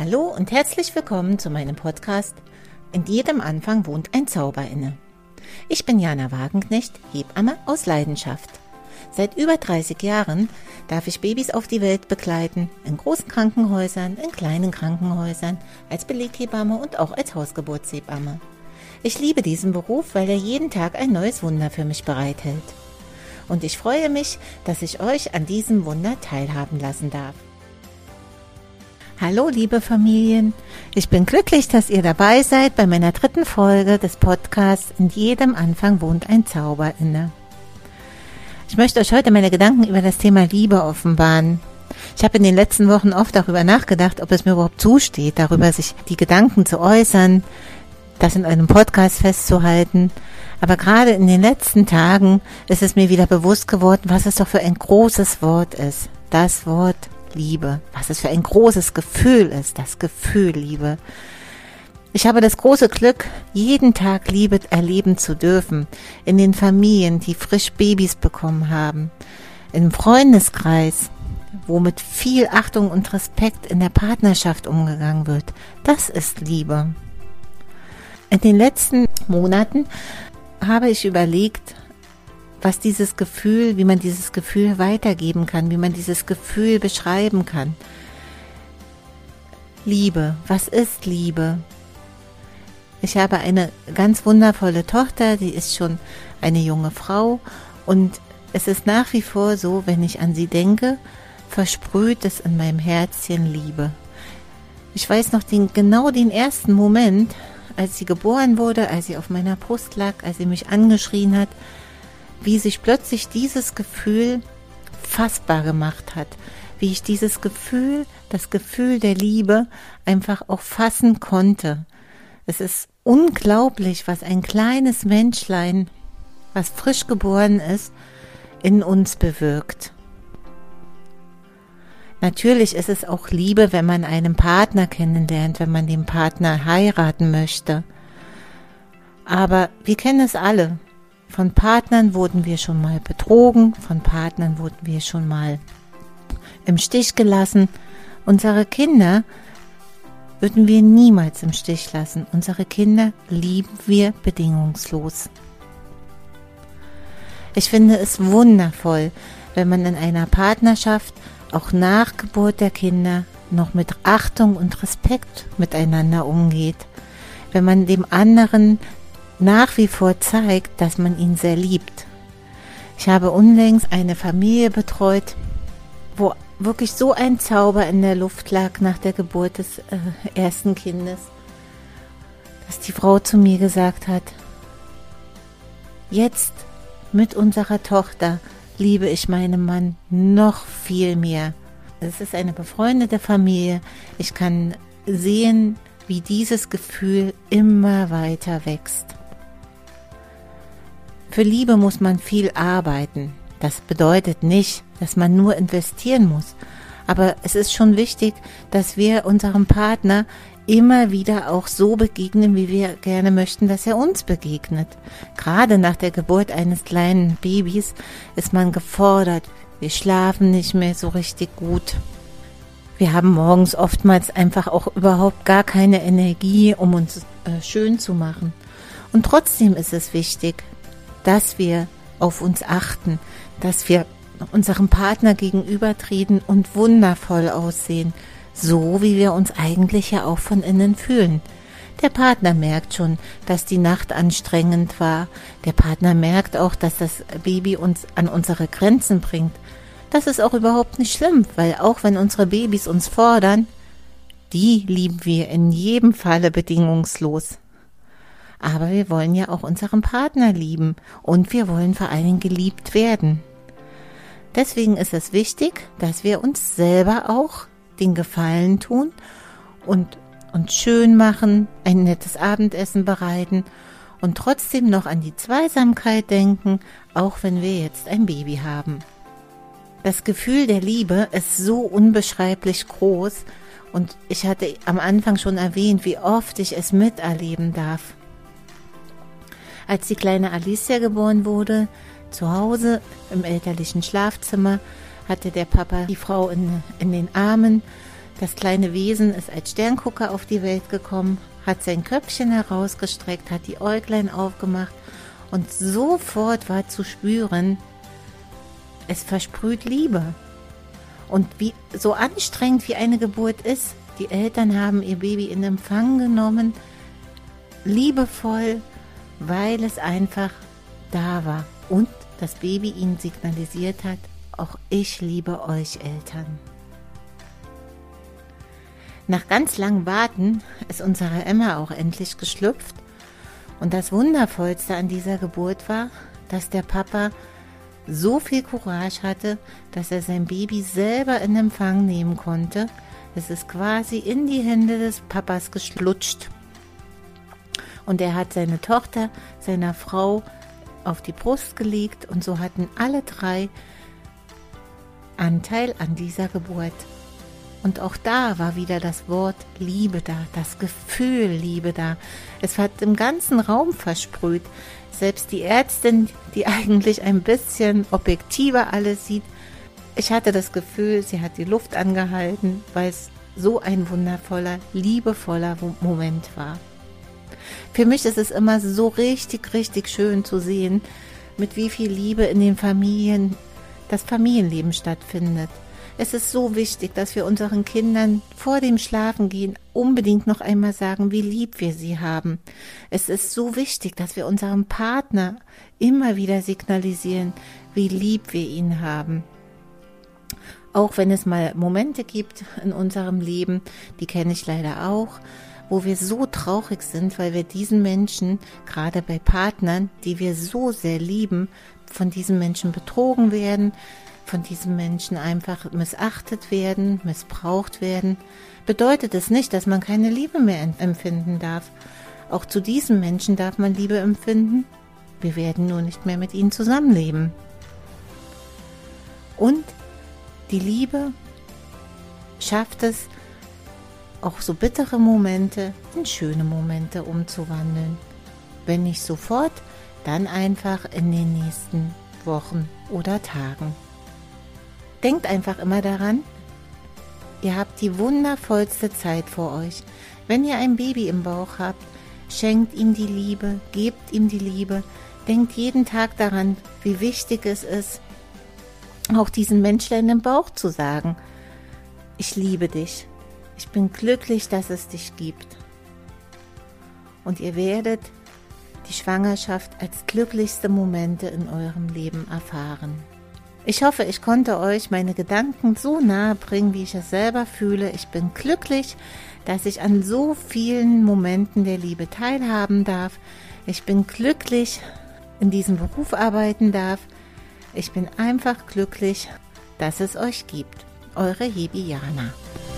Hallo und herzlich willkommen zu meinem Podcast In jedem Anfang wohnt ein Zauber inne. Ich bin Jana Wagenknecht, Hebamme aus Leidenschaft. Seit über 30 Jahren darf ich Babys auf die Welt begleiten, in großen Krankenhäusern, in kleinen Krankenhäusern, als Beleghebamme und auch als Hausgeburtshebamme. Ich liebe diesen Beruf, weil er jeden Tag ein neues Wunder für mich bereithält. Und ich freue mich, dass ich euch an diesem Wunder teilhaben lassen darf. Hallo liebe Familien, ich bin glücklich, dass ihr dabei seid bei meiner 3. Folge des Podcasts In jedem Anfang wohnt ein Zauber inne. Ich möchte euch heute meine Gedanken über das Thema Liebe offenbaren. Ich habe in den letzten Wochen oft darüber nachgedacht, ob es mir überhaupt zusteht, darüber sich die Gedanken zu äußern, das in einem Podcast festzuhalten. Aber gerade in den letzten Tagen ist es mir wieder bewusst geworden, was es doch für ein großes Wort ist. Das Wort Liebe. Was es für ein großes Gefühl ist, das Gefühl Liebe. Ich habe das große Glück, jeden Tag Liebe erleben zu dürfen. In den Familien, die frisch Babys bekommen haben. Im Freundeskreis, wo mit viel Achtung und Respekt in der Partnerschaft umgegangen wird. Das ist Liebe. In den letzten Monaten habe ich überlegt, was dieses Gefühl, wie man dieses Gefühl weitergeben kann, wie man dieses Gefühl beschreiben kann. Liebe, was ist Liebe? Ich habe eine ganz wundervolle Tochter, die ist schon eine junge Frau und es ist nach wie vor so, wenn ich an sie denke, versprüht es in meinem Herzchen Liebe. Ich weiß noch genau den ersten Moment, als sie geboren wurde, als sie auf meiner Brust lag, als sie mich angeschrien hat, wie sich plötzlich dieses Gefühl fassbar gemacht hat, wie ich dieses Gefühl, das Gefühl der Liebe einfach auch fassen konnte. Es ist unglaublich, was ein kleines Menschlein, was frisch geboren ist, in uns bewirkt. Natürlich ist es auch Liebe, wenn man einen Partner kennenlernt, wenn man den Partner heiraten möchte. Aber wir kennen es alle. Von Partnern wurden wir schon mal betrogen, von Partnern wurden wir schon mal im Stich gelassen. Unsere Kinder würden wir niemals im Stich lassen. Unsere Kinder lieben wir bedingungslos. Ich finde es wundervoll, wenn man in einer Partnerschaft auch nach Geburt der Kinder noch mit Achtung und Respekt miteinander umgeht. Wenn man dem anderen nach wie vor zeigt, dass man ihn sehr liebt. Ich habe unlängst eine Familie betreut, wo wirklich so ein Zauber in der Luft lag nach der Geburt des ersten Kindes, dass die Frau zu mir gesagt hat, jetzt mit unserer Tochter liebe ich meinen Mann noch viel mehr. Es ist eine befreundete Familie. Ich kann sehen, wie dieses Gefühl immer weiter wächst. Für Liebe muss man viel arbeiten. Das bedeutet nicht, dass man nur investieren muss. Aber es ist schon wichtig, dass wir unserem Partner immer wieder auch so begegnen, wie wir gerne möchten, dass er uns begegnet. Gerade nach der Geburt eines kleinen Babys ist man gefordert. Wir schlafen nicht mehr so richtig gut. Wir haben morgens oftmals einfach auch überhaupt gar keine Energie, um uns schön zu machen. Und trotzdem ist es wichtig, dass wir auf uns achten, dass wir unserem Partner gegenübertreten und wundervoll aussehen, so wie wir uns eigentlich ja auch von innen fühlen. Der Partner merkt schon, dass die Nacht anstrengend war. Der Partner merkt auch, dass das Baby uns an unsere Grenzen bringt. Das ist auch überhaupt nicht schlimm, weil auch wenn unsere Babys uns fordern, die lieben wir in jedem Falle bedingungslos. Aber wir wollen ja auch unseren Partner lieben und wir wollen vor allen Dingen geliebt werden. Deswegen ist es wichtig, dass wir uns selber auch den Gefallen tun und uns schön machen, ein nettes Abendessen bereiten und trotzdem noch an die Zweisamkeit denken, auch wenn wir jetzt ein Baby haben. Das Gefühl der Liebe ist so unbeschreiblich groß und ich hatte am Anfang schon erwähnt, wie oft ich es miterleben darf. Als die kleine Alicia geboren wurde, zu Hause im elterlichen Schlafzimmer, hatte der Papa die Frau in den Armen. Das kleine Wesen ist als Sterngucker auf die Welt gekommen, hat sein Köpfchen herausgestreckt, hat die Äuglein aufgemacht und sofort war zu spüren, es versprüht Liebe. Und wie so anstrengend wie eine Geburt ist, die Eltern haben ihr Baby in Empfang genommen, liebevoll, weil es einfach da war und das Baby ihnen signalisiert hat, auch ich liebe euch Eltern. Nach ganz langem Warten ist unsere Emma auch endlich geschlüpft und das Wundervollste an dieser Geburt war, dass der Papa so viel Courage hatte, dass er sein Baby selber in Empfang nehmen konnte. Es ist quasi in die Hände des Papas geschlutscht und er hat seine Tochter seiner Frau auf die Brust gelegt und so hatten alle drei Anteil an dieser Geburt. Und auch da war wieder das Wort Liebe da, das Gefühl Liebe da. Es hat im ganzen Raum versprüht. Selbst die Ärztin, die eigentlich ein bisschen objektiver alles sieht, ich hatte das Gefühl, sie hat die Luft angehalten, weil es so ein wundervoller, liebevoller Moment war. Für mich ist es immer so richtig, richtig schön zu sehen, mit wie viel Liebe in den Familien das Familienleben stattfindet. Es ist so wichtig, dass wir unseren Kindern vor dem Schlafengehen unbedingt noch einmal sagen, wie lieb wir sie haben. Es ist so wichtig, dass wir unserem Partner immer wieder signalisieren, wie lieb wir ihn haben. Auch wenn es mal Momente gibt in unserem Leben, die kenne ich leider auch, wo wir so traurig sind, weil wir diesen Menschen, gerade bei Partnern, die wir so sehr lieben, von diesen Menschen betrogen werden, von diesen Menschen einfach missachtet werden, missbraucht werden, bedeutet es nicht, dass man keine Liebe mehr empfinden darf. Auch zu diesen Menschen darf man Liebe empfinden. Wir werden nur nicht mehr mit ihnen zusammenleben. Und die Liebe schafft es, auch so bittere Momente in schöne Momente umzuwandeln. Wenn nicht sofort, dann einfach in den nächsten Wochen oder Tagen. Denkt einfach immer daran, ihr habt die wundervollste Zeit vor euch. Wenn ihr ein Baby im Bauch habt, schenkt ihm die Liebe, gebt ihm die Liebe. Denkt jeden Tag daran, wie wichtig es ist, auch diesen Menschlein im Bauch zu sagen, ich liebe dich. Ich bin glücklich, dass es dich gibt. Und ihr werdet die Schwangerschaft als glücklichste Momente in eurem Leben erfahren. Ich hoffe, ich konnte euch meine Gedanken so nahe bringen, wie ich es selber fühle. Ich bin glücklich, dass ich an so vielen Momenten der Liebe teilhaben darf. Ich bin glücklich, in diesem Beruf arbeiten darf. Ich bin einfach glücklich, dass es euch gibt. Eure Hebi Jana.